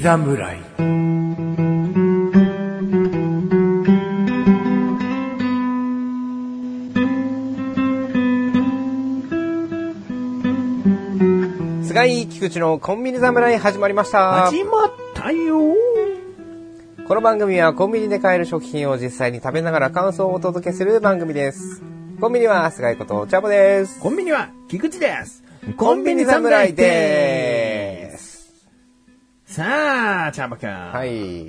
侍。 菅井菊池のコンビニ侍始まりました。 始まったよ。 この番組はコンビニで買える食品を実際に食べながら感想をお届けする番組です。コンビニは菅井ことお茶ぼです。 コンビニは菊池です。 コンビニ侍です。 さあ、茶ぼくん。 はい。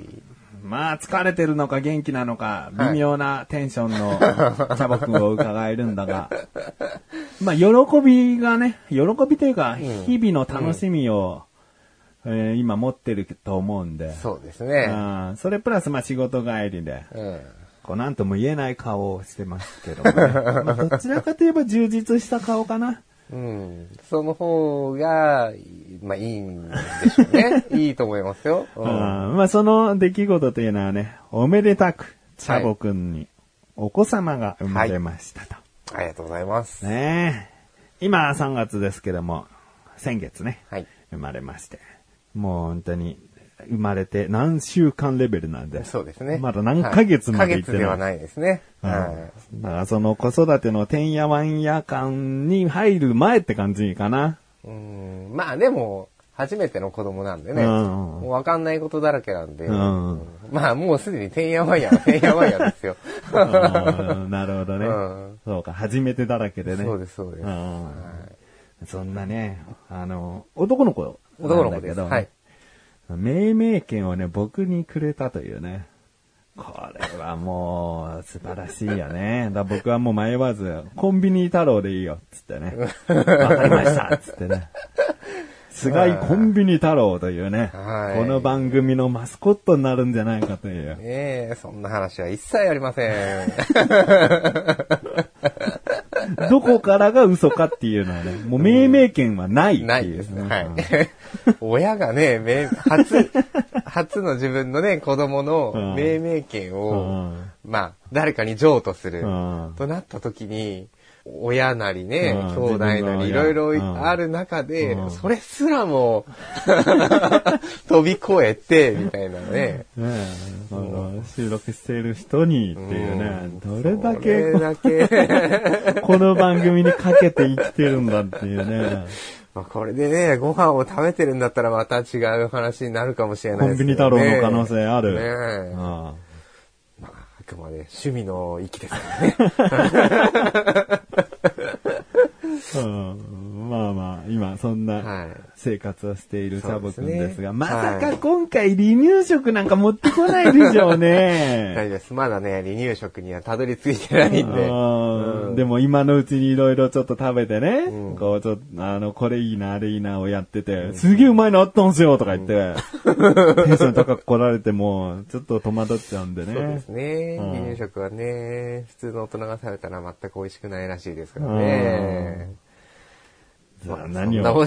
まあ、疲れてるのか元気なのか、微妙なテンションの茶ぼくを伺えるんだが、まあ、喜びがね、喜びというか、日々の楽しみを、今持ってると思うんで。 そうですね。 それプラス、まあ、仕事帰りで、こう、なんとも言えない顔をしてますけどね。まあ、どちらかといえば充実した顔かな。 その方が、まあいいんでしょうね。いいと思いますよ。 まあその出来事というのはね、おめでたく、チャボくんにお子様が生まれましたと。 ありがとうございます。 ねえ。今3月ですけども、先月ね、生まれまして。もう本当に、生まれて何週間レベルなんで。 そうですね。 まだ何ヶ月までいってない。 ヶ月ではないですね。 だからその子育てのてんやわんや感に入る前って感じかな。 まあでも、初めての子供なんでね。もうわかんないことだらけなんで。まあもうすでにてんやわんやはてんやわんやですよ。 なるほどね。そうか、初めてだらけでね。 そうです、そうです。 そんなね、男の子なんだけど、命名権をね、僕にくれたというね。これはもう、素晴らしいよね。僕はもう迷わず、コンビニ太郎でいいよ、つってね。わかりました、つってね。菅井コンビニ太郎というね、この番組のマスコットになるんじゃないかという。 そんな話は一切ありません。 どこからが嘘かっていうのはね、もう命名権はないっていう。 ないですね。親がね、初の自分のね、子供の命名権を、まあ、誰かに譲渡する、となった時に、親なりね、兄弟なりいろいろある中で、それすらも飛び越えて、みたいなね。 収録している人にっていうね、どれだけこの番組にかけて生きてるんだっていうね。 これでね、ご飯を食べてるんだったらまた違う話になるかもしれないですけどね。 コンビニ太郎の可能性ある。 まあ、あくまで趣味の域ですからね。 まあまあ、今そんな生活をしているチャボくんですが、まさか今回離乳食なんか持ってこないでしょうね。 大丈夫です。まだね、離乳食にはたどり着いてないんで。 でも今のうちにいろいろちょっと食べてね、こうちょっと、これいいな、あれいいなをやってて、すげえうまいのあったんすよとか言って、テンション高く来られても、ちょっと戸惑っちゃうんでね。 そうですね。離乳食はね、普通の大人が食べたら全く美味しくないらしいですからね。 何を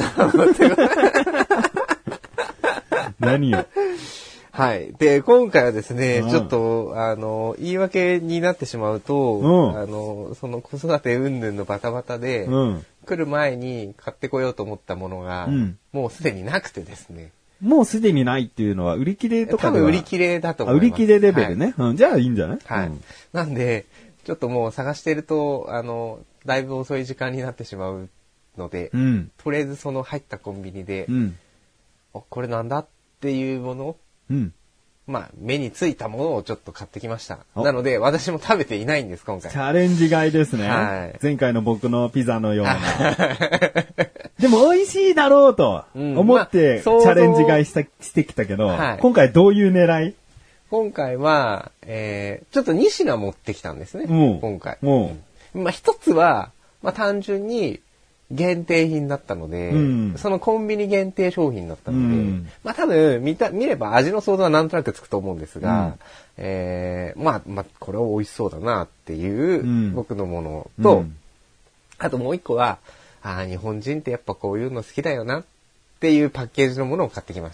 何をはい。で、今回はですね、ちょっと、言い訳になってしまうと、その子育て云々のバタバタで、来る前に買ってこようと思ったものが、もうすでになくてですね。 もうすでにないっていうのは売り切れとかでは？ 多分売り切れだと思います。 売り切れレベルね。じゃあいいんじゃない？ はい。なんで、ちょっともう探してると、だいぶ遅い時間になってしまうので、とりあえずその入ったコンビニで、これなんだっていうもの、まあ目についたものをちょっと買ってきました。なので私も食べていないんです今回。 チャレンジ買いですね。前回の僕のピザのような。でも美味しいだろうと思ってチャレンジ買いしてきたけど、今回どういう狙い？ 今回は、ちょっと2品持ってきたんですね。今回。まあ一つは、まあ単純に限定品だったので、そのコンビニ限定商品だったので、まあ多分見れば味の想像はなんとなくつくと思うんですが、まあこれは美味しそうだなっていう僕のものと、あともう一個は、日本人ってやっぱこういうの好きだよなっていうパッケージのものを買ってきました。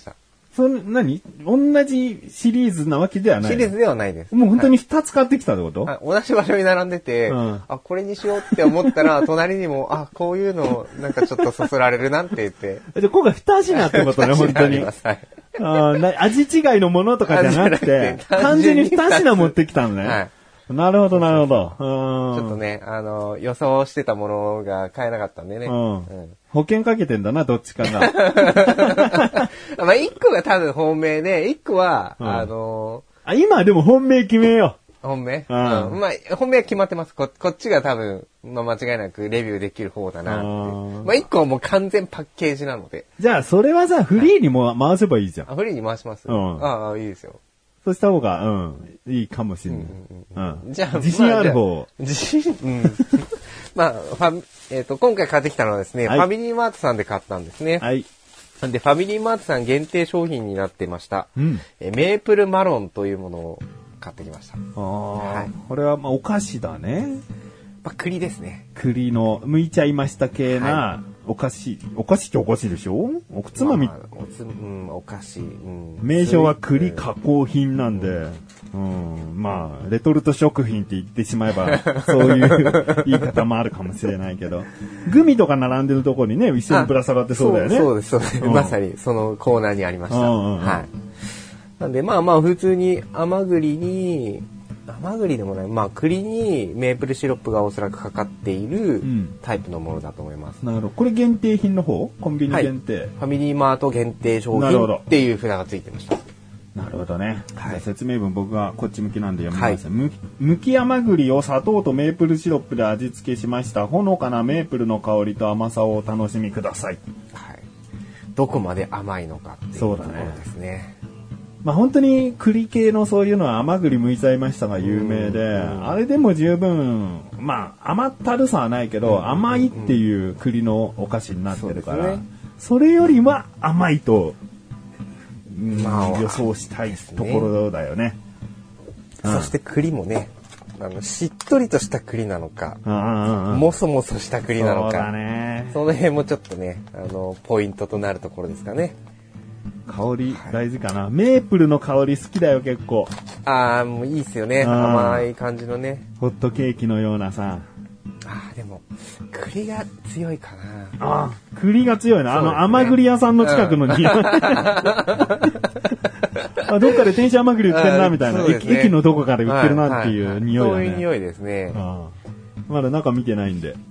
何同じシリーズなわけではない。 シリーズではないです。 もう本当に2つ買ってきたってこと？ はい、同じ場所に並んでて、これにしようって思ったら、隣にも、こういうの、なんかちょっとそそられるなって言って。 じゃ今回2品ってことね、本当に。はい、味違いのものとかじゃなくて、単純に2品持ってきたのね。はい。なるほど、なるほど。 ちょっとね、予想してたものが買えなかったんでね。 保険かけてんだな、どっちかが。 まあ、1個が多分本命で、1個は、 今でも本命決めよう。本命まあ、本命は決まってます。こっちが多分、間違いなくレビューできる方だなって。まあ、1個はもう完全パッケージなので。 じゃあ、それはさ、フリーにも回せばいいじゃん。 フリーに回します。いいですよ。 そうした方が、いいかもしれない。 じゃあ、 自信ある方。 自信まあ、今回買ってきたのはですね、ファミリーマートさんで買ったんですね。はい。で、ファミリーマートさん限定商品になってました。メープルマロンというものを買ってきました。 はい。これは、お菓子だね。 栗ですね。 栗の、剥いちゃいました系な、お菓子ってお菓子でしょ？おつまみ。 お菓子。 名称は栗加工品なんで、レトルト食品って言ってしまえば、そういう言い方もあるかもしれないけど、グミとか並んでるところにね、一緒にぶら下がってそうだよね。 そうです。まさにそのコーナーにありました。はい。なんで、普通に甘栗でもない、栗にメープルシロップがおそらくかかっているタイプのものだと思います。 なるほど。これ限定品の方？コンビニ限定、 ファミリーマート限定商品っていう札がついてました。 なるほどね。説明文僕がこっち向きなんで読みます。むき甘栗を砂糖とメープルシロップで味付けしました。ほのかなメープルの香りと甘さをお楽しみください。 はい。どこまで甘いのかっていうところですね。 本当に栗系のそういうのは甘栗剥いちゃいましたが有名で、あれでも十分、甘ったるさはないけど、甘いっていう栗のお菓子になってるから、それよりは甘いと、予想したいところだよね。 そして栗もね、しっとりとした栗なのか、もそもそした栗なのか、そうだね、その辺もちょっとね、ポイントとなるところですかね。 香り大事かな。メープルの香り好きだよ結構。 もういいっすよね。甘い感じのね。 ホットケーキのようなさ。 でも栗が強いかな。 栗が強いな。甘栗屋さんの近くの匂い。どっかで天使甘栗売ってるなみたいな、駅のどこかで売ってるなっていう匂いだね。 そういう匂いですね。 まだ中見てないんで。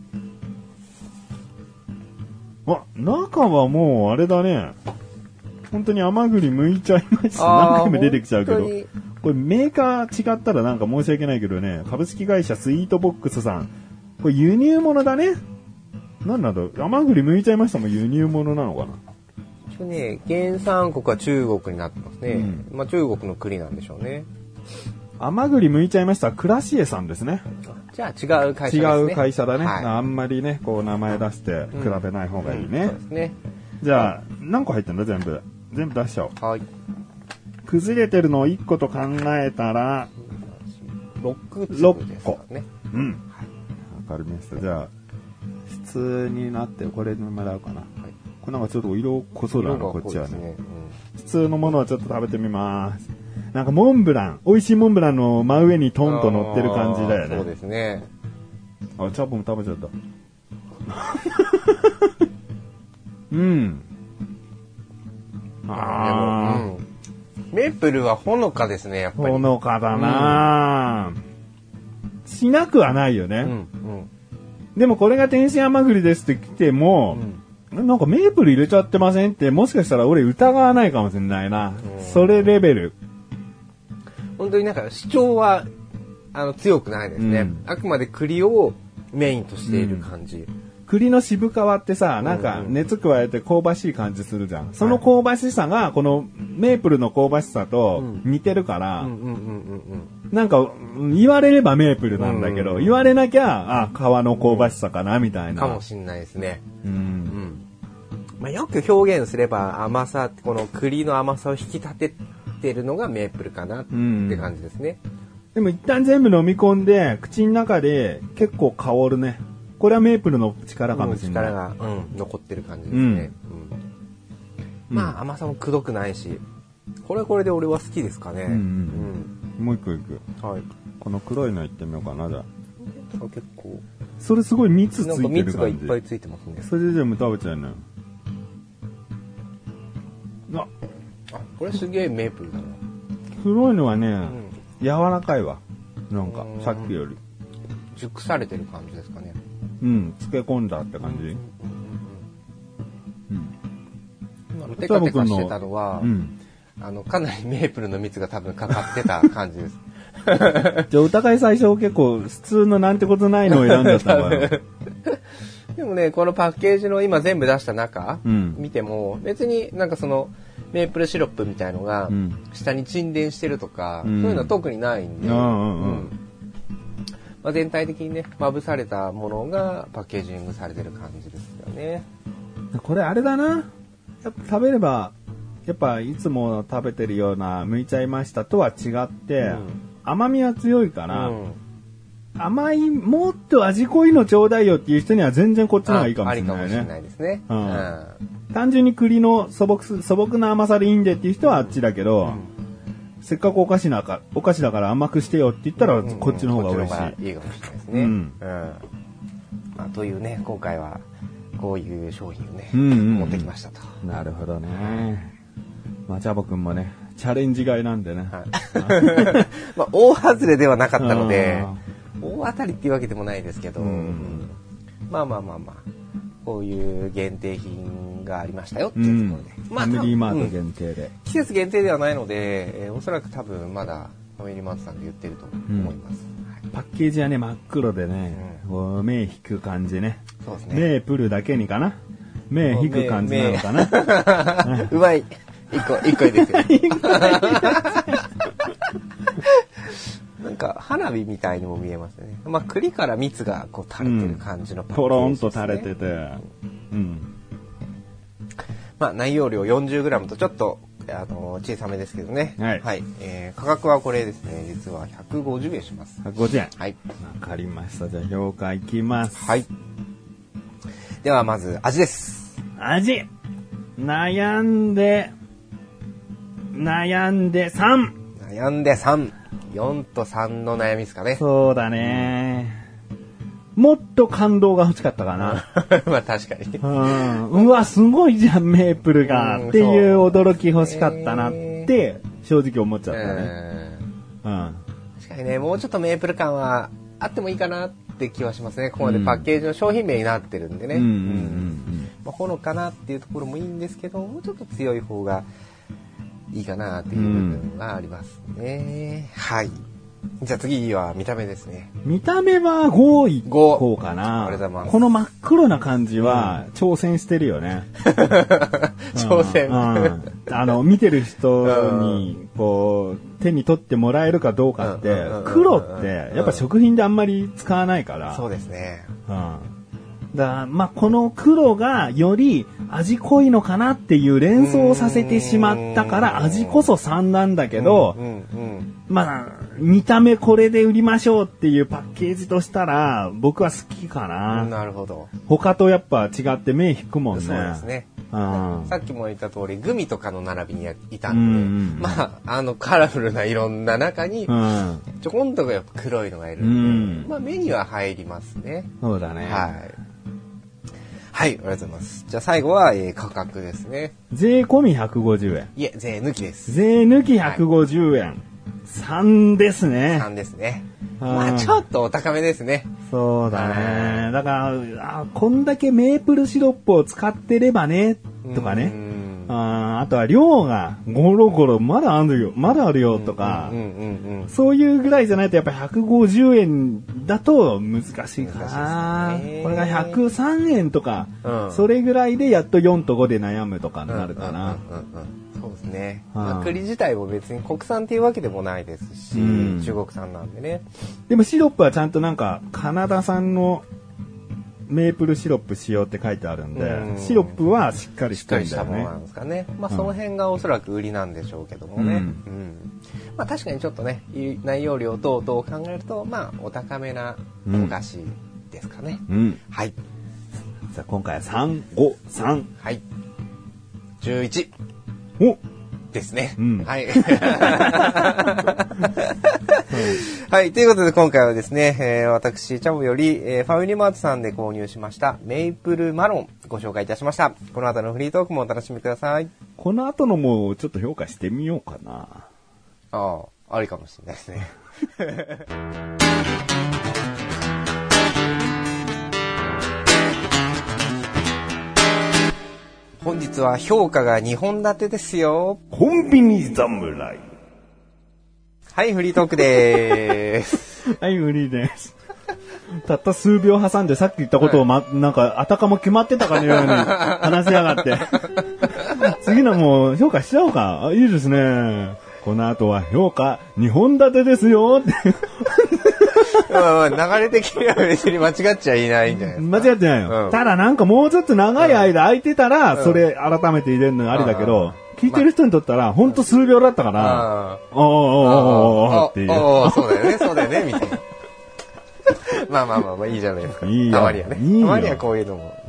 中はもうあれだね。本当に甘栗剥いちゃいました。何回も出てきちゃうけど。これメーカー違ったらなんか申し訳ないけどね。株式会社スイートボックスさん。これ輸入物だね。なんだろう。甘栗剥いちゃいましたもん輸入物なのかな。 一応ね、原産国は中国になってますね。中国の栗なんでしょうね。 甘栗剥いちゃいましたクラシエさんですね。 じゃあ違う会社ですね。 違う会社だね。あんまりね、こう名前出して比べない方がいいね。 そうですね。 じゃあ、何個入ってんの全部出しちゃおう。 はい。 崩れてるのを1個と考えたら、 6個。ね。 わかりました。じゃあ、普通になってこれにもらうかな。これなんかちょっと色濃そうだな、こっちはね。普通のものはちょっと食べてみます。なんかモンブラン、美味しいモンブランの真上にトンと乗ってる感じだよね。 そうですね。 チャポも食べちゃった。 メープルはほのかですね、やっぱり。 ほのかだな、しなくはないよね。でもこれが天津甘栗ですって来ても、なんかメープル入れちゃってませんって、もしかしたら俺疑わないかもしれないな。それレベル。 本当になんか主張は強くないですね。あくまで栗をメインとしている感じ。 栗の渋皮ってさ、なんか熱加えて香ばしい感じするじゃん。その香ばしさがこのメープルの香ばしさと似てるから、なんか言われればメープルなんだけど、言われなきゃ、皮の香ばしさかなみたいな。 かもしんないですね。よく表現すれば甘さ、この栗の甘さを引き立ててるのがメープルかなって感じですね。 でも一旦全部飲み込んで、口の中で結構香るね。これはメープルの力かもしれない。 力が、残ってる感じですね。 まあ甘さもくどくないし、これはこれで俺は好きですかね。 もう一個いく。 はい。 この黒いのいってみようかな、じゃあ。 結構。 それすごい蜜ついてる感じ。 蜜がいっぱいついてますね。 それで全部食べちゃうのよ。 これすげえメープルだな。 黒いのはね、柔らかいわ。なんか、さっきより。 熟されてる感じですかね。 漬け込んだって感じ。 テカテカしてたのは、かなりメープルの蜜が多分かかってた感じです。 じゃあお互い最初結構普通のなんてことないのを選んじゃったのかな。 でもね、このパッケージの今全部出した中、見ても、別になんかその、メープルシロップみたいのが下に沈殿してるとか、そういうのは特にないんで、全体的にね、まぶされたものがパッケージングされてる感じですよね。 これあれだな。やっぱ食べれば、やっぱいつも食べてるような剥いちゃいましたとは違って、甘みは強いから、甘い、もっと味濃いのちょうだいよっていう人には全然こっちの方がいいかもしれないね。 ありかもしれないですね。 単純に栗の素朴な甘さでいいんでっていう人はあっちだけど、せっかくお菓子だから甘くしてよって言ったらこっちの方が美味しい。 いいかもしれないですね。というね、今回はこういう商品をね、持ってきましたと。 なるほどね。チャボくんもね、チャレンジ買いなんでね。 大外れではなかったので、大当たりっていうわけでもないですけど、まあこういう限定品がありましたよっていうところで。 ファミリーマート限定で。 季節限定ではないので、おそらく多分まだファミリーマートさんで言ってると思います。 パッケージはね、真っ黒でね、目引く感じね。 そうですね。 メープルだけにかな。目引く感じなのかな。 うまい。一個いいですよ。なんか花火みたいにも見えますね。栗から蜜がこう垂れてる感じのパッケージですね。 ポロンと垂れてて。 内容量 40g とちょっと小さめですけどね。 はい。 価格はこれですね、実は150円します。 150円。 はい。 わかりました。じゃあ評価いきます。 はい。ではまず味です。 味。悩んで3。 悩んで3。4と3の悩みですかね。 そうだね。もっと感動が欲しかったかな。 確かに。 うわ、すごいじゃん、メープルが。っていう驚き欲しかったなって、正直思っちゃったね。 確かにね、もうちょっとメープル感はあってもいいかなって気はしますね。ここまでパッケージの商品名になってるんでね。ほのかなっていうところもいいんですけど、もうちょっと強い方がいいかなっていう部分はありますね。はい。じゃあ次は見た目ですね。 見た目は5位こうかな。 ありがとうございます。 この真っ黒な感じは挑戦してるよね。 挑戦。 見てる人にこう手に取ってもらえるかどうかって、黒ってやっぱ食品であんまり使わないから。 そうですね。 この黒がより味濃いのかなっていう連想をさせてしまったから味こそ3なんだけど、見た目これで売りましょうっていうパッケージとしたら僕は好きかな。 なるほど。 他とやっぱ違って目引くもんね。 そうですね。さっきも言った通りグミとかの並びにいたんで、カラフルないろんな中にちょこんとやっぱ黒いのがいるんで、目には入りますね。 そうだね。 はい、ありがとうございます。じゃあ最後は、価格ですね。 税込み150円。 いえ、税抜きです。 税抜き150円。3ですね。 3ですね。ちょっとお高めですね。 そうだね。だから、こんだけメープルシロップを使ってればね、とかね。あとは量がゴロゴロまだあるよとか、そういうぐらいじゃないとやっぱり150円だと難しいかな。これが103円とか、それぐらいでやっと4と5で悩むとかになるかな。 そうですね。栗自体も別に国産っていうわけでもないですし、中国産なんでね。 でもシロップはちゃんとなんかカナダ産のメープルシロップ使用って書いてあるんで、シロップはしっかりしてるんだよね。 しっかりしたものなんですかね。その辺がおそらく売りなんでしょうけどもね。確かにちょっとね、内容量等々を考えると、お高めなお菓子ですかね。はい。 じゃあ今回は3、5、3。 はい。 11。 おですね。 うん、 はい。はい。ということで今回はですね、私、チャボより、ファミリーマートさんで購入しましたメイプルマロンご紹介いたしました。この後のフリートークもお楽しみください。 この後のもちょっと評価してみようかな。 ああ、ありかもしれないですね。本日は評価が2本立てですよ。 コンビニ侍。 はい、フリートークでーす。 はい、フリーです。たった数秒挟んでさっき言ったことをなんかあたかも決まってたかのように話しやがって。次のもう評価しちゃおうか。あ、いいですね。この後は評価2本立てですよって。 まあ流れ的には別に間違っちゃいないんじゃないですか。 間違ってないよ。ただなんかもうちょっと長い間空いてたら、それ改めて入れるのありだけど、聞いてる人にとったらほんと数秒だったから、おーっていう。 そうだよね、そうだよね、みたいな。まあいいじゃないですか。 いいよ。 たまにはね。 いいよ。 たまにはこういうのも。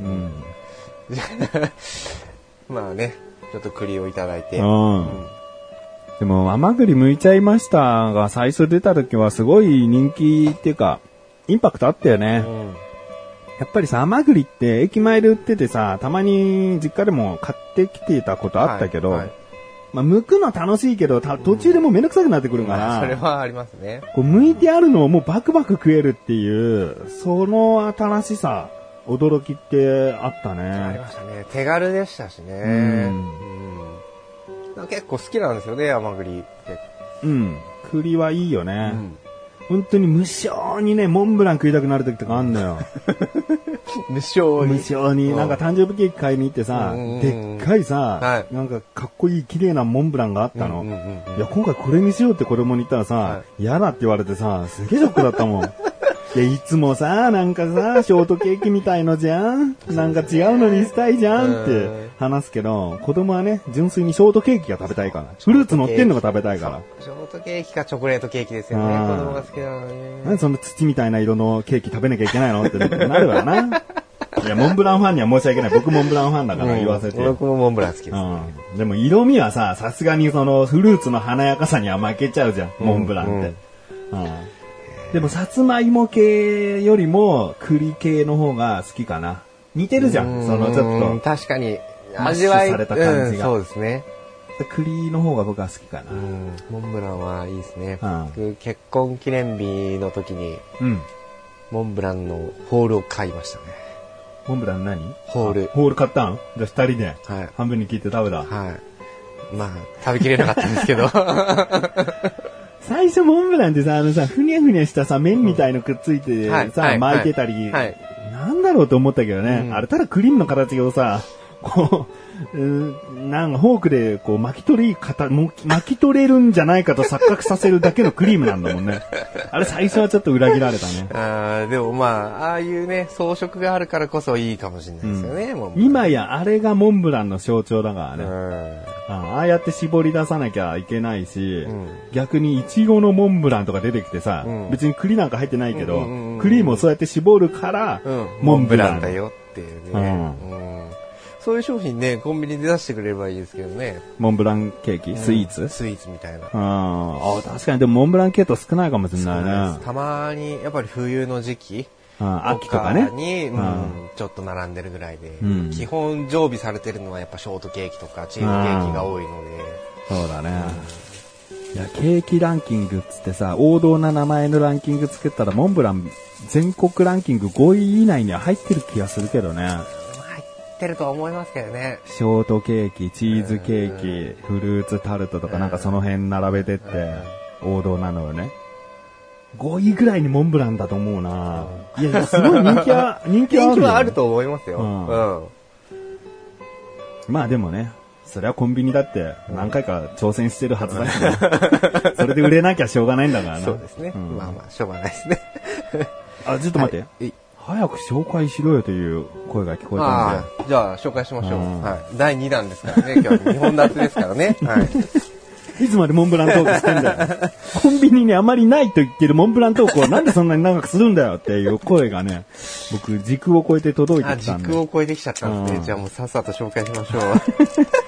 まあね、ちょっと栗をいただいて。 でも甘栗剥いちゃいましたが最初出た時はすごい人気っていうかインパクトあったよね、やっぱりさ甘栗って駅前で売っててさたまに実家でも買ってきていたことあったけど、まあ剥くの楽しいけど途中でもうめんどくさくなってくるから、 それはありますね。 こう剥いてあるのをもうバクバク食えるっていうその新しさ驚きってあったね。 ありましたね。手軽でしたしね。結構好きなんですよね、甘栗って。 栗はいいよね。本当に無性にね、モンブラン食いたくなる時とかあんのよ。 無性に。なんか誕生日ケーキ買いに行ってさ、でっかいさ、なんかかっこいい綺麗なモンブランがあったの。いや、今回これにしようって子供に言ったらさ、嫌だって言われてさ、すげえショックだったもん。いや、いつもさ、なんかさ、ショートケーキみたいのじゃんなんか違うのにしたいじゃんって話すけど、子供はね、純粋にショートケーキが食べたいから。フルーツ乗ってんのが食べたいから。 ショートケーキかチョコレートケーキですよね、子供が好きなのに。 なんでそんな土みたいな色のケーキ食べなきゃいけないのってなるわな。いや、モンブランファンには申し訳ない。僕モンブランファンだから言わせて。 僕もモンブラン好きですね。 でも色味はさ、さすがにそのフルーツの華やかさには負けちゃうじゃん、モンブランって。でも、さつまいも系よりも、栗系の方が好きかな。似てるじゃん、そのちょっと。 確かに。 味わいされた感じが。 そうですね。 栗の方が僕は好きかな。 モンブランはいいですね。僕、結婚記念日の時に、モンブランのホールを買いましたね。 モンブラン何？ ホール。 ホール買ったん？じゃあ二人で、半分に切って食べた。 まあ、食べきれなかったんですけど。 最初モンブランってさ、ふにゃふにゃしたさ、麺みたいのくっついてさ、巻いてたり、なんだろうと思ったけどね、あれただクリームの形をさ、こう、なんかフォークでこう巻き取れるんじゃないかと錯覚させるだけのクリームなんだもんね。あれ最初はちょっと裏切られたね。 でもまあ、ああいうね、装飾があるからこそいいかもしれないですよね、 今やあれがモンブランの象徴だからね。ああやって絞り出さなきゃいけないし、逆にイチゴのモンブランとか出てきてさ、別に栗なんか入ってないけど、クリームをそうやって絞るから、モンブランだよっていうね。そういう商品ね、コンビニで出してくれればいいですけどね。 モンブランケーキ、スイーツみたいな。 確かにでもモンブラン系統少ないかもしれないね。 たまに、やっぱり冬の時期、 秋とかね。 に、ちょっと並んでるぐらいで、基本常備されてるのはやっぱショートケーキとかチーズケーキが多いので。 そうだね。いや、ケーキランキングっつってさ、王道な名前のランキング作ったら、モンブラン全国ランキング5位以内には入ってる気がするけどね。 入ってるとは思いますけどね。 ショートケーキ、チーズケーキ、フルーツタルトとかなんかその辺並べてって、王道なのよね。5位ぐらいにモンブランだと思うな。いや、すごい人気はあるよ。人気はあると思いますよ。 まあでもね、それはコンビニだって何回か挑戦してるはずだから、それで売れなきゃしょうがないんだからな。 そうですね。まあまあ、しょうがないですね。 ちょっと待って。早く紹介しろよという声が聞こえたんで。じゃあ、紹介しましょう。第2弾ですからね。今日は2本立てですからね。 いつまでモンブラントークしてんだよ。コンビニにあまりないと言ってるモンブラントークをなんでそんなに長くするんだよっていう声がね、僕、時空を超えて届いてきたんで。 時空を超えてきちゃったんですね。じゃあもうさっさと紹介しましょう。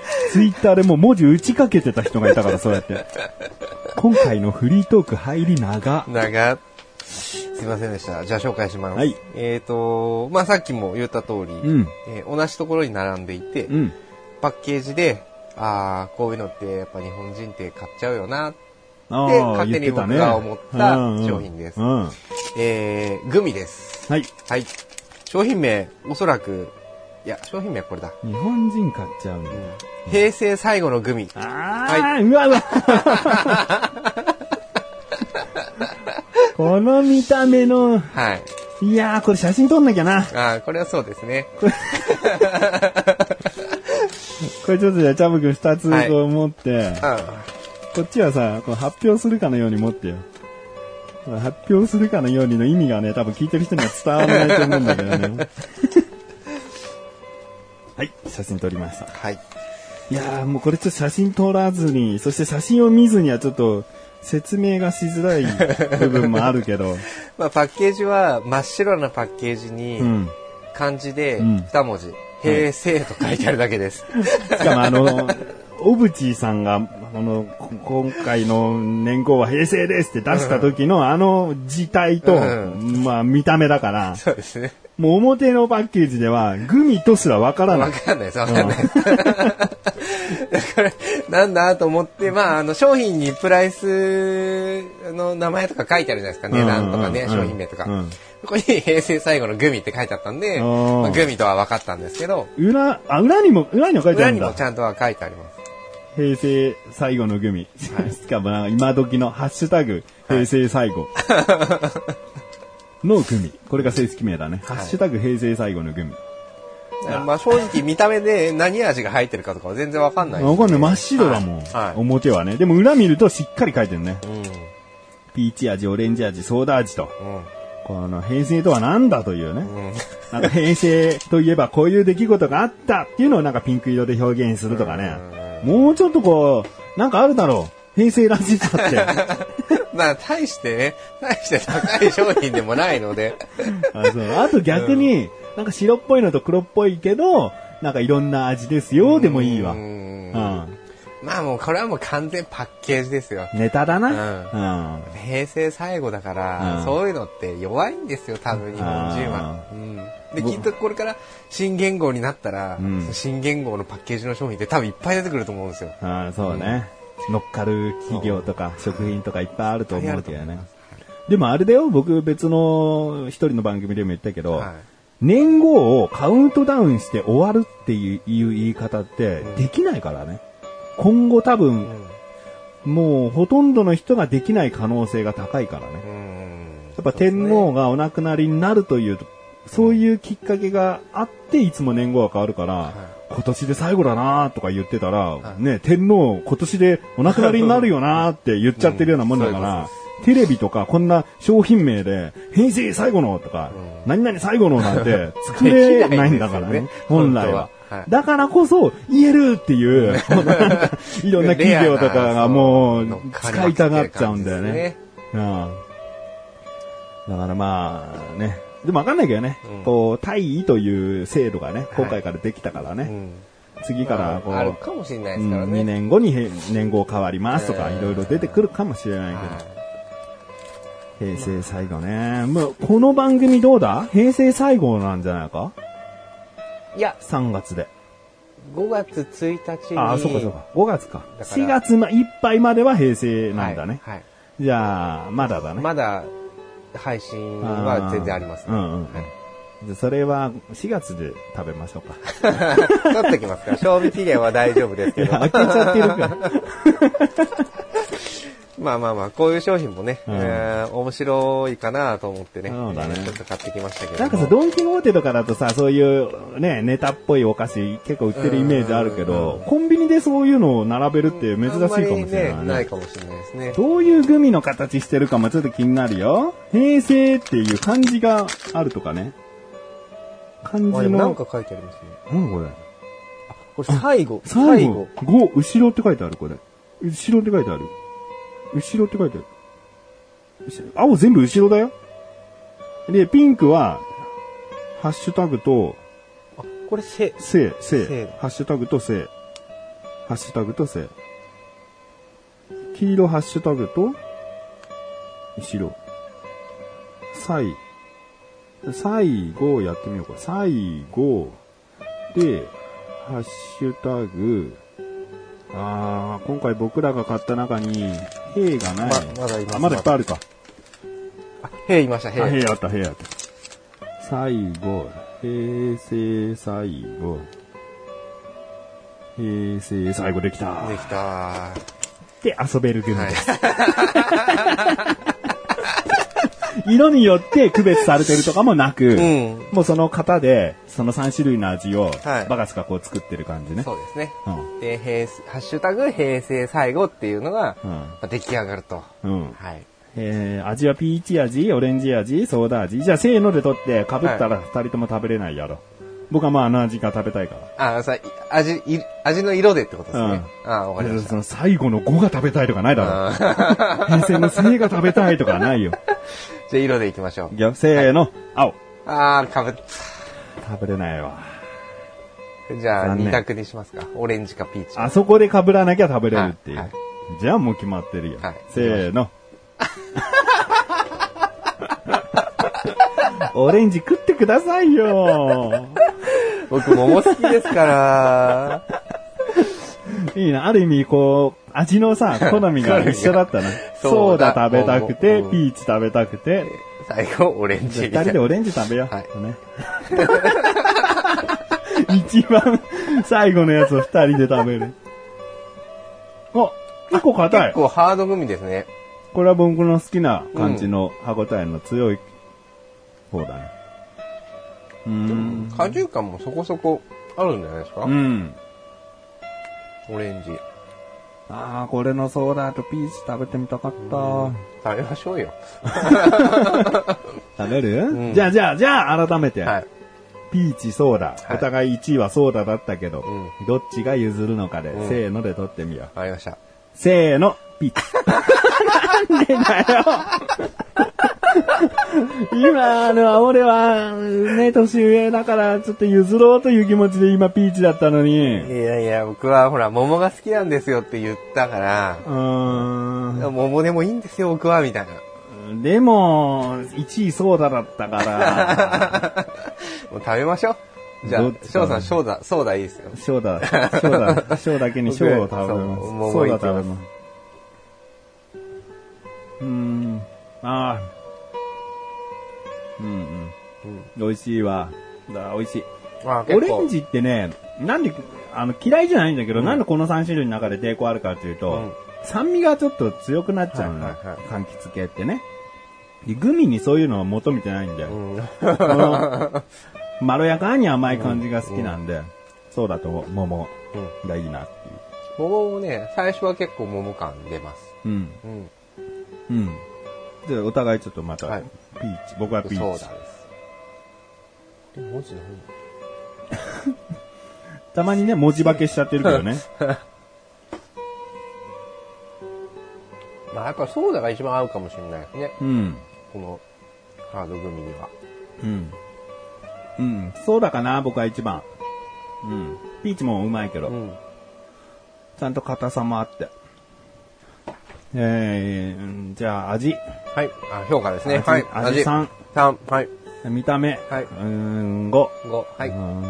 ツイッターでもう文字打ちかけてた人がいたから、そうやって。今回のフリートーク入り長。 すいませんでした。じゃあ紹介します。 はい。 まあ、さっきも言った通り、同じところに並んでいて、パッケージで、こういうのってやっぱ日本人って買っちゃうよなって勝手に僕が思った商品です。グミです。 はい。 はい。商品名、おそらく、商品名はこれだ。 日本人買っちゃうんだ。 平成最後のグミ。 はい。うわ。この見た目の。 はい。 いやー、これ写真撮んなきゃな。 これはそうですね。 これちょっとじゃあ、チャブくん2つこう持って、こっちはさ、こう発表するかのように持ってよ。発表するかのようにの意味がね、多分聞いてる人には伝わらないと思うんだけどね。はい、写真撮りました。 はい。 いやー、もうこれちょっと写真撮らずに、そして写真を見ずにはちょっと説明がしづらい部分もあるけど。 まあ、パッケージは真っ白なパッケージに、漢字で2文字、平成と書いてあるだけです。 しかも小渕さんが、今回の年号は平成ですって出した時の字体と、まあ見た目だから。 そうですね。 もう表のパッケージではグミとすらわからない。 わかんないです、わかんないです。だから、なんだと思って、まあ、商品にプライスの名前とか書いてあるじゃないですか。値段とかね、商品名とか。そこに平成最後のグミって書いてあったんで、まあ、グミとは分かったんですけど。 裏にも書いてあるんだ。 裏にもちゃんとは書いてあります。 平成最後のグミ。しかも今時のハッシュタグ、平成最後。のグミ。これが正式名だね。ハッシュタグ平成最後のグミ。 まあ正直見た目で何味が入ってるかとかは全然わかんない、 ね。わかんない。真っ白だもん。表はね。でも裏見るとしっかり書いてるね。ピーチ味、オレンジ味、ソーダ味と。この平成とは何だというね。なんか平成といえばこういう出来事があったっていうのをなんかピンク色で表現するとかね。もうちょっとこう、なんかあるだろう。平成らしさって。 まあ、大して高い商品でもないので。 あと逆に、なんか白っぽいのと黒っぽいけど、なんかいろんな味ですよ、でもいいわ。 まあもうこれはもう完全パッケージですよ。 ネタだな。 平成最後だから、そういうのって弱いんですよ、多分日本人は。で、きっとこれから新元号になったら、新元号のパッケージの商品って多分いっぱい出てくると思うんですよ。 そうね。乗っかる企業とか食品とかいっぱいあると思うけどね。でもあれだよ、僕別の一人の番組でも言ったけど、年号をカウントダウンして終わるっていう言い方ってできないからね。今後多分、もうほとんどの人ができない可能性が高いからね。やっぱ天皇がお亡くなりになるという、そういうきっかけがあっていつも年号が変わるから、今年で最後だなとか言ってたら、ね、天皇今年でお亡くなりになるよなって言っちゃってるようなもんだから、テレビとかこんな商品名で、平成最後のとか、何々最後のなんて作れないんだからね、本来は。だからこそ言えるっていう、いろんな企業とかがもう使いたがっちゃうんだよね。だからまあね、でもわかんないけどね、こう、大尉という制度がね、今回からできたからね。次からこう、 あるかもしれないですからね。 2年後に年号変わりますとか、いろいろ出てくるかもしれないけど。平成最後ね。もう、この番組どうだ？平成最後なんじゃないか？ いや、 3月で。 5月1日に。 そうかそうか。5月か。4月のいっぱいまでは平成なんだね。じゃあ、まだだね。 まだ、配信は全然ありますね。 じゃあそれは4月で食べましょうか。 取ってきますから。賞味期限は大丈夫ですけど。 開けちゃってるから。 まあ、こういう商品もね、面白いかなと思ってね、ちょっと買ってきましたけど。 なんかさ、ドンキホーテとかだとさ、そういうね、ネタっぽいお菓子結構売ってるイメージあるけど、コンビニでそういうのを並べるって珍しいかもしれないね。 ないかもしれないですね。 どういうグミの形してるかもちょっと気になるよ。平成っていう漢字があるとかね。漢字の。 なんか書いてありますね。 何これ？ これ最後。 最後。5、後ろって書いてある、これ。後ろって書いてある。後ろって書いてある。青全部後ろだよ。で、ピンクは、ハッシュタグと、 これせ。 ハッシュタグとせ。 ハッシュタグとせ。黄色ハッシュタグと、白。最後やってみようか。最後で、ハッシュタグ、今回僕らが買った中に、兵がない。 まだいます。 まだいっぱいあるか。 兵いました、兵。 兵あった。最後、平成最後。平成最後できた。 できた。 で、遊べるグミです。色によって区別されてるとかもなく、もうその型で、その3種類の味を、バカスカこう作ってる感じね。 そうですね。で、ハッシュタグ平成最後っていうのが、出来上がると。はい。 味はピーチ味、オレンジ味、ソーダ味。じゃあ、せーので取って、被ったら2人とも食べれないやろ。僕はまあ、あの味が食べたいから。味の色でってことですね。わかりました。 その最後の5が食べたいとかないだろ。平成の正が食べたいとかないよ。 じゃあ、色でいきましょう。 じゃあ、せーの、青。 被った。 食べれないわ。 じゃあ、2択にしますか。オレンジかピーチ。 あそこで被らなきゃ食べれるっていう。じゃあ、もう決まってるよ。せーの。オレンジ食ってくださいよ。 僕桃好きですから。 いいな。ある意味、こう、味のさ、好みが一緒だったな。ソーダ食べたくて、ピーチ食べたくて。 最後、オレンジ。 二人でオレンジ食べよう。はい。ね、一番最後のやつを二人で食べる。結構硬い。 結構ハードグミですね。 これは僕の好きな感じの歯応えの強い方だね。 果汁感もそこそこあるんじゃないですか？オレンジ。 これのソーダとピーチ食べてみたかった。 食べましょうよ。 食べる？じゃあ改めて。はい。ピーチソーダ。お互い1位はソーダだったけど、どっちが譲るのかで、せーので取ってみよう。 わかりました。 せーの、ピーチ。なんでだよ。今、俺は、ね、年上だから、ちょっと譲ろうという気持ちで今ピーチだったのに。 いや、僕はほら、桃が好きなんですよって言ったから、桃でもいいんですよ、僕は、みたいな。 でも、1位ソーダだったから。 もう食べましょう。じゃあ、翔さん、ソーダいいですよ。 翔だけに翔を食べます。ソーダ食べます。美味しいわ。美味しい。オレンジってね、なんで、嫌いじゃないんだけど、なんでこの3種類の中で抵抗あるかっていうと、酸味がちょっと強くなっちゃうの。柑橘系ってね。で、グミにそういうのは求めてないんだよ。まろやかに甘い感じが好きなんで、そうだと桃がいいなっていう。 桃もね、最初は結構桃感出ます。 じゃあお互いちょっとまた、ピーチ。僕はピーチ。 ソーダです。文字何？ たまにね、文字化けしちゃってるけどね。 やっぱソーダが一番合うかもしれないですね。このハードグミには。 ソーダかな、僕は一番。ピーチもうまいけど。ちゃんと硬さもあって。じゃあ味。 はい。評価ですね。 はい。味3。 3。はい。 見た目。 はい。 5。 5。はい。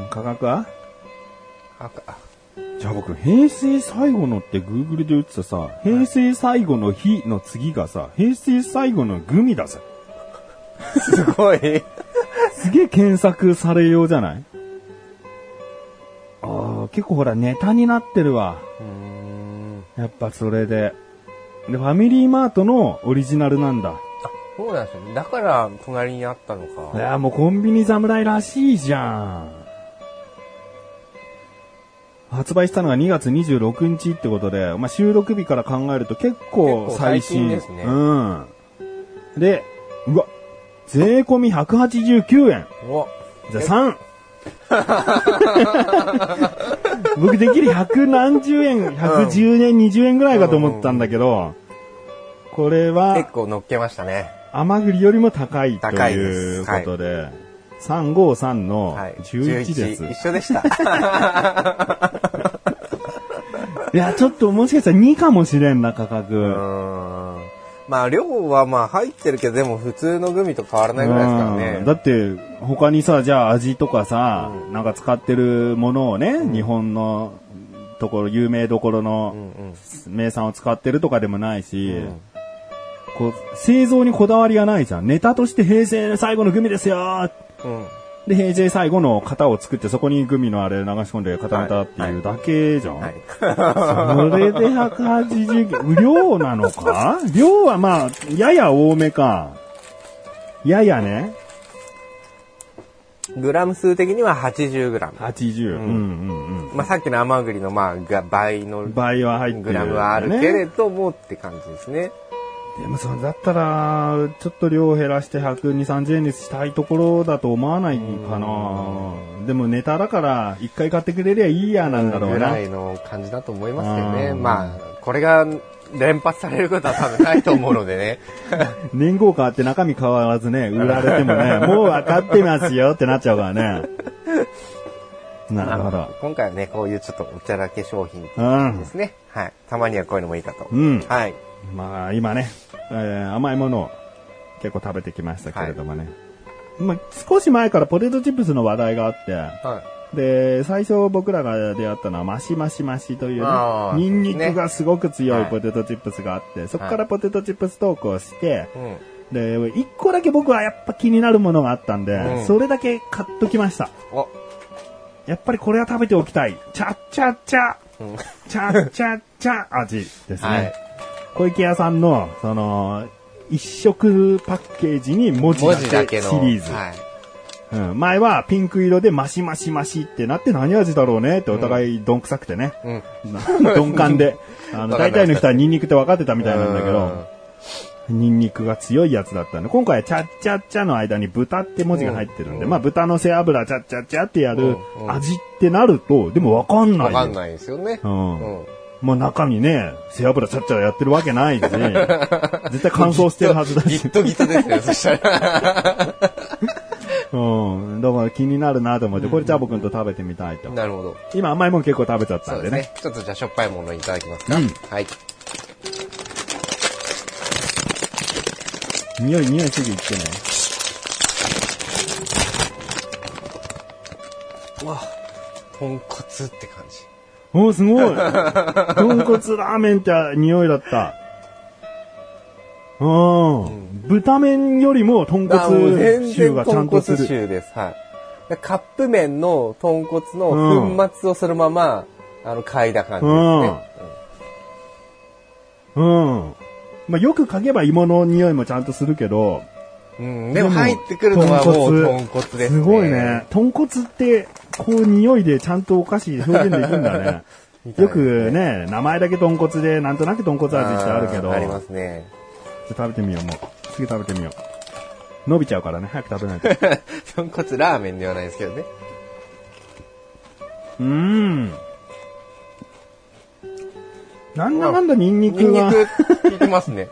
価格は赤。 じゃあ僕、平成最後のって Google で打ってたさ、平成最後の日の次がさ、平成最後のグミだぜ。 すごい。 すげえ検索されようじゃない？結構ほらネタになってるわ。やっぱそれで。で、ファミリーマートのオリジナルなんだ。 そうなんですよね。だから隣にあったのか。 いや、もうコンビニ侍らしいじゃん。発売したのが2月26日ってことで、収録日から考えると結構最新ですね。 で、うわ、税込み189円。じゃあ3。僕できる100何十円、110円、20円ぐらいかと思ったんだけど、これは結構乗っけましたね。 甘栗よりも高いということで、353の11です。 一緒でした。 いや、ちょっともしかしたら2かもしれんな、価格。 まあ量はまあ入ってるけど、でも普通のグミと変わらないぐらいですからね。 だって他にさ、じゃあ味とかさ、なんか使ってるものをね、日本のところ、有名どころの名産を使ってるとかでもないし、こう製造にこだわりがないじゃん。ネタとして平成最後のグミですよ。で、平成最後の型を作って、そこにグミのあれ流し込んで固めたっていうだけじゃん。はいはい、それで180円。量なのか？量はまあ、やや多めか。ややね。 グラム数的には80グラム。 80。 まあさっきの甘栗のまあ倍の倍は入ってる、ね。 グラムはあるけれどもって感じですね。 でもそれだったら、ちょっと量を減らして120、30円にしたいところだと思わないかな。でもネタだから一回買ってくれりゃいいやなんだろうな。ぐらいの感じだと思いますけどね。まあ、これが連発されることは多分ないと思うのでね。 年号変わって中身変わらずね、売られてもね、もう分かってますよってなっちゃうからね。なるほど。 今回はね、こういうちょっとおちゃらけ商品ですね。はい。たまにはこういうのもいいかと。はい。 まあ今ね、甘いものを結構食べてきましたけれどもね。まあ少し前からポテトチップスの話題があって、で、最初僕らが出会ったのはマシマシマシというね、ニンニクがすごく強いポテトチップスがあって、そこからポテトチップストークをして、で、一個だけ僕はやっぱ気になるものがあったんで、それだけ買っときました。やっぱりこれは食べておきたい。チャッチャッチャ、チャッチャッチャ味ですね。小池屋さんの、その、一色パッケージに文字だけシリーズ。前はピンク色でマシマシマシってなって何味だろうねってお互いどんくさくてね。鈍感で。大体の人はニンニクって分かってたみたいなんだけど、ニンニクが強いやつだったんで、今回はチャッチャッチャの間に豚って文字が入ってるんで、まあ豚の背脂チャッチャッチャってやる味ってなると、でも分かんない。 分かんないですよね。 まあ中にね、背脂チャッチャやってるわけないし、絶対乾燥してるはずだし。 ギットギトですね、そしたら。 だから気になるなと思って、これチャボくんと食べてみたいと。 なるほど。 今甘いもん結構食べちゃったんでね。そうですね。ちょっとじゃあしょっぱいものいただきますか。はい。 匂いすぐいってね。 うわ、豚骨って感じ。 おー、すごい。豚骨ラーメンって匂いだった。豚麺よりも豚骨臭がちゃんとする。 豚骨臭です。はい。カップ麺の豚骨の粉末をそのまま、嗅いだ感じですね。 まあ、よく嗅げば芋の匂いもちゃんとするけど、 でも入ってくるのはもう豚骨ですね。 すごいね。豚骨って、こう匂いでちゃんとお菓子表現できるんだね。よくね、名前だけ豚骨で、なんとなく豚骨味ってあるけど。 ありますね。 食べてみよう、もう。次食べてみよう。伸びちゃうからね、早く食べないと。 豚骨ラーメンではないですけどね。 なんだかんだニンニクが。 ニンニク効いてますね。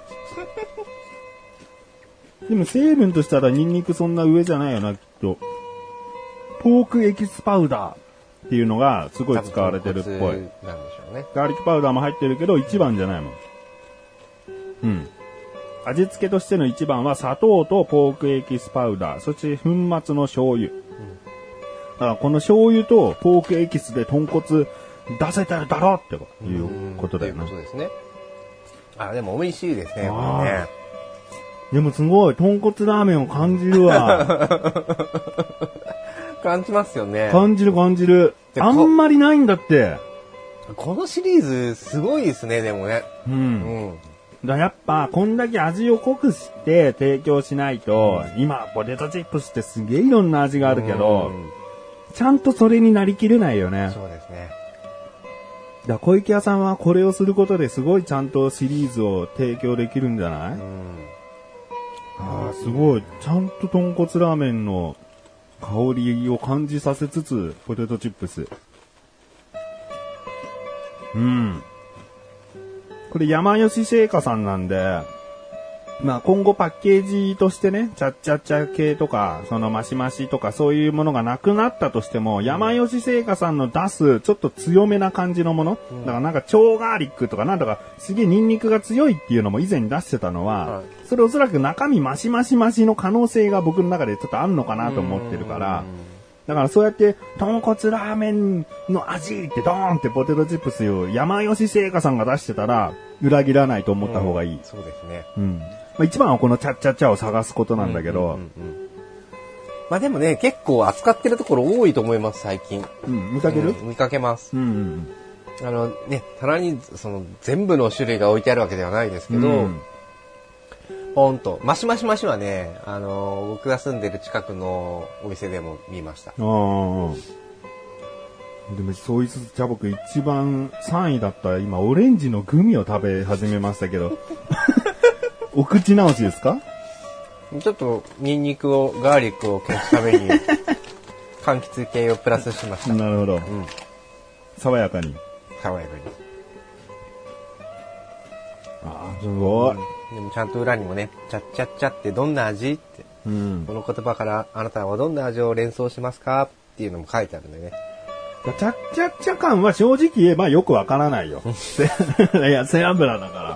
でも成分としたらニンニクそんな上じゃないよな、きっと。ポークエキスパウダーっていうのがすごい使われてるっぽい。 なんでしょうね。 ガーリックパウダーも入ってるけど一番じゃないもん。味付けとしての一番は砂糖とポークエキスパウダー、そして粉末の醤油。だからこの醤油とポークエキスで豚骨出せたらだろっていうことだよね。 そうですね。でも美味しいですね、これね。 でもすごい、豚骨ラーメンを感じるわ。 感じますよね。 感じる。あんまりないんだって。 このシリーズすごいですね、でもね。 だやっぱ、こんだけ味を濃くして提供しないと、今、ポテトチップスってすげえいろんな味があるけど、ちゃんとそれになりきれないよね。 そうですね。 だ小池屋さんはこれをすることですごいちゃんとシリーズを提供できるんじゃない？すごい。ちゃんと豚骨ラーメンの香りを感じさせつつ、ポテトチップス。これ山吉製菓さんなんで、 まあ今後パッケージとしてね、チャッチャッチャ系とか、そのマシマシとかそういうものがなくなったとしても、山吉製菓さんの出すちょっと強めな感じのもの、だからなんか超ガーリックとかなんだかすげえニンニクが強いっていうのも以前に出してたのは、それおそらく中身マシマシマシの可能性が僕の中でちょっとあんのかなと思ってるから、だからそうやって、豚骨ラーメンの味ってドーンってポテトチップスを山吉製菓さんが出してたら、裏切らないと思った方がいい。 そうですね。 まあ、一番はこのチャッチャッチャを探すことなんだけど。 まあでもね、結構扱ってるところ多いと思います、最近。 見かける？ 見かけます。棚に全部の種類が置いてあるわけではないですけど、ほんと、マシマシマシはね、僕が住んでる近くのお店でも見ました。 でも、そいつ茶僕一番3位だった今、オレンジのグミを食べ始めましたけど。お口直しですか？ ちょっと、ニンニクを、ガーリックを消すために、柑橘系をプラスしました。 なるほど。爽やかに。 爽やかに。 ああ、すごい。 でもちゃんと裏にもね、チャッチャッチャってどんな味って、この言葉からあなたはどんな味を連想しますかっていうのも書いてあるんでね。 チャッチャッチャ感は正直言えばよくわからないよ。いや、背脂だから。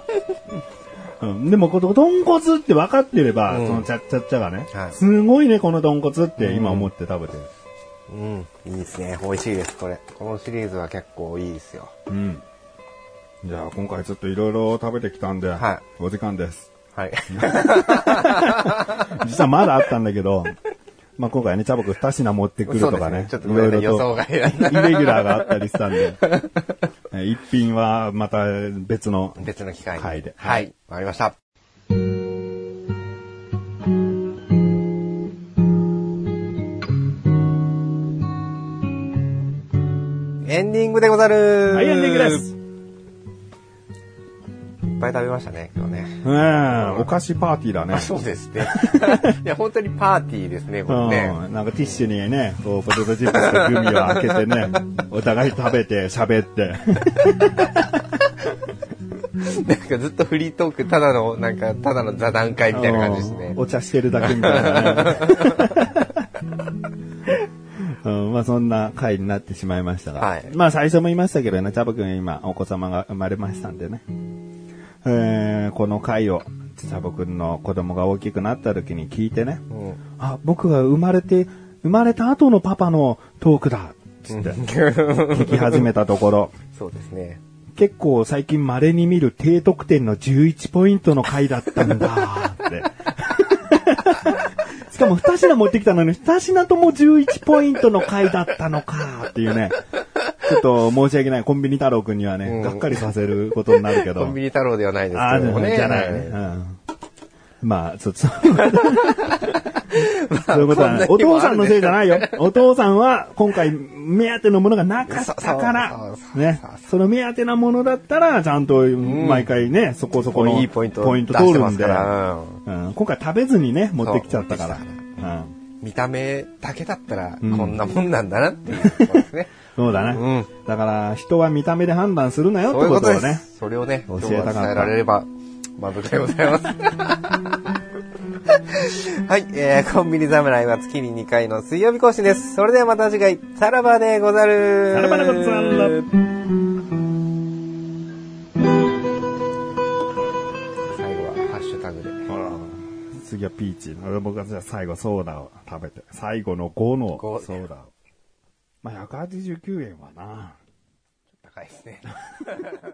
でも、この豚骨って分かってれば、そのチャッチャッチャがね、すごいね、この豚骨って今思って食べてる。 いいですね。美味しいです、これ。このシリーズは結構いいですよ。 じゃあ、今回ちょっといろいろ食べてきたんで、お時間です。 はい。 実はまだあったんだけど、まあ今回ね、茶僕2品持ってくるとかね、 ちょっといろいろ予想外イレギュラーがあったりしたんで、一品はまた別の機会回で。 はい、わかりました。エンディングでござる。 はい、エンディングです。 いっぱい食べましたね、今日ね。 お菓子パーティーだね。 そうですね。いや、本当にパーティーですね、これね。 なんかティッシュにね、こう、ポテトチップスとグミを開けてね、お互い食べて、喋って。 なんかずっとフリートーク、ただの座談会みたいな感じですね。 お茶してるだけみたいなね。まあそんな回になってしまいましたが。まあ最初も言いましたけどね、チャボくん今お子様が生まれましたんでね。この回を、チャボくんの子供が大きくなった時に聞いてね。あ、僕が生まれた後のパパのトークだつって、聞き始めたところ。 そうですね。 結構最近稀に見る低得点の11ポイントの回だったんだって。しかも2品持ってきたのに2品とも11ポイントの回だったのかっていうね。ちょっと申し訳ない。コンビニ太郎くんにはね、がっかりさせることになるけど。 コンビニ太郎ではないですけどもね。 じゃないね。まあ、そういうことはない。お父さんのせいじゃないよ。お父さんは今回目当てのものがなかったから、ね。その目当てなものだったら、ちゃんと毎回ね、そこそこのポイント取るんで、今回食べずにね、持ってきちゃったから。 見た目だけだったら、こんなもんなんだなっていうことですね。 そうだね。だから、人は見た目で判断するなよってことをね。 それをね、 教えたかった。 伝えられれば、満足でございます。はい、コンビニ侍は月に2回の水曜日更新です。それではまた次回、さらばでござる。 さらばでござる。 最後はハッシュタグで。 次はピーチ。僕はじゃあ最後ソーダを食べて。最後の5のソーダを。まあ、189円はな。 高いですね。